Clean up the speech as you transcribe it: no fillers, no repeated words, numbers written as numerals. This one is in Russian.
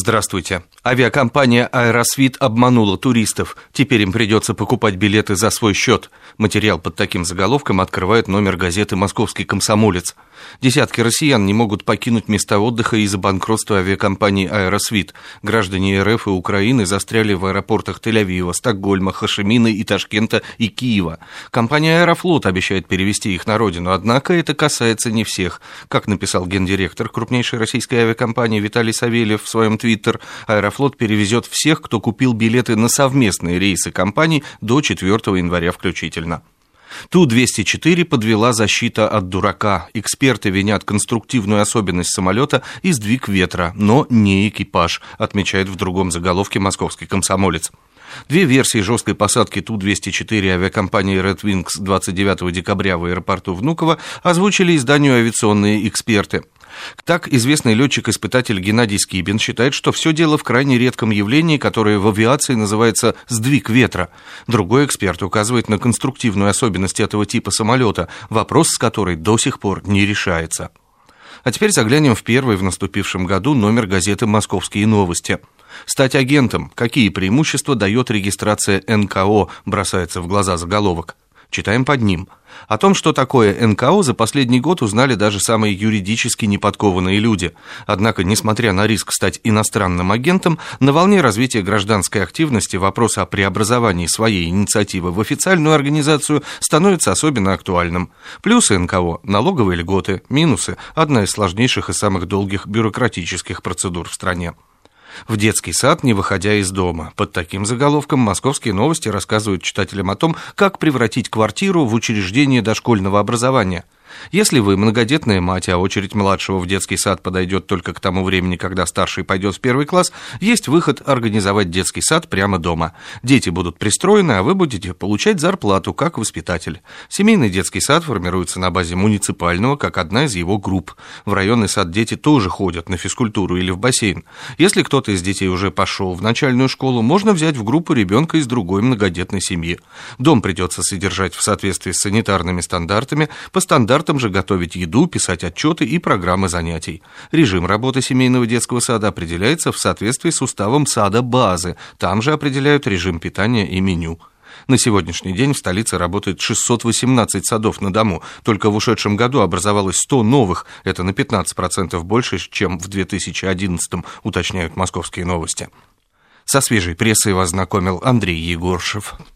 Здравствуйте. Авиакомпания «Аэросвит» обманула туристов. Теперь им придется покупать билеты за свой счет. Материал под таким заголовком открывает номер газеты «Московский комсомолец». Десятки россиян не могут покинуть места отдыха из-за банкротства авиакомпании «Аэросвит». Граждане РФ и Украины застряли в аэропортах Тель-Авива, Стокгольма, Хошимина и Ташкента и Киева. Компания «Аэрофлот» обещает перевести их на родину, однако это касается не всех. Как написал гендиректор крупнейшей российской авиакомпании Виталий Савельев в своем твиттер, «Аэрофлот» перевезет всех, кто купил билеты на совместные рейсы компаний до 4 января включительно. Ту-204 подвела защита от дурака. Эксперты винят конструктивную особенность самолета и сдвиг ветра, но не экипаж, отмечает в другом заголовке «Московский комсомолец». Две версии жесткой посадки Ту-204 авиакомпании Red Wings 29 декабря в аэропорту Внуково озвучили изданию авиационные эксперты. Так, известный летчик-испытатель Геннадий Скибин считает, что все дело в крайне редком явлении, которое в авиации называется «сдвиг ветра». Другой эксперт указывает на конструктивную особенность этого типа самолета, вопрос с которой до сих пор не решается. А теперь заглянем в первый в наступившем году номер газеты «Московские новости». Стать агентом. Какие преимущества дает регистрация НКО, бросается в глаза заголовок. Читаем под ним. О том, что такое НКО, за последний год узнали даже самые юридически неподкованные люди. Однако, несмотря на риск стать иностранным агентом, на волне развития гражданской активности вопрос о преобразовании своей инициативы в официальную организацию становится особенно актуальным. Плюсы НКО – налоговые льготы, минусы – одна из сложнейших и самых долгих бюрократических процедур в стране. В детский сад, не выходя из дома. Под таким заголовком «Московские новости» рассказывают читателям о том, как превратить квартиру в учреждение дошкольного образования. Если вы многодетная мать, а очередь младшего в детский сад подойдет только к тому времени, когда старший пойдет в первый класс, есть выход организовать детский сад прямо дома. Дети будут пристроены, а вы будете получать зарплату как воспитатель. Семейный детский сад формируется на базе муниципального, как одна из его групп. В районный сад дети тоже ходят на физкультуру или в бассейн. Если кто-то из детей уже пошел в начальную школу, можно взять в группу ребенка из другой многодетной семьи. Дом придется содержать в соответствии с санитарными стандартами, по стандартам же готовить еду, писать отчеты и программы занятий. Режим работы семейного детского сада определяется в соответствии с уставом сада базы. Там же определяют режим питания и меню. На сегодняшний день в столице работает 618 садов на дому. Только в ушедшем году образовалось 100 новых. Это на 15% больше, чем в 2011-м, уточняют «Московские новости». Со свежей прессой вас знакомил Андрей Егоршев.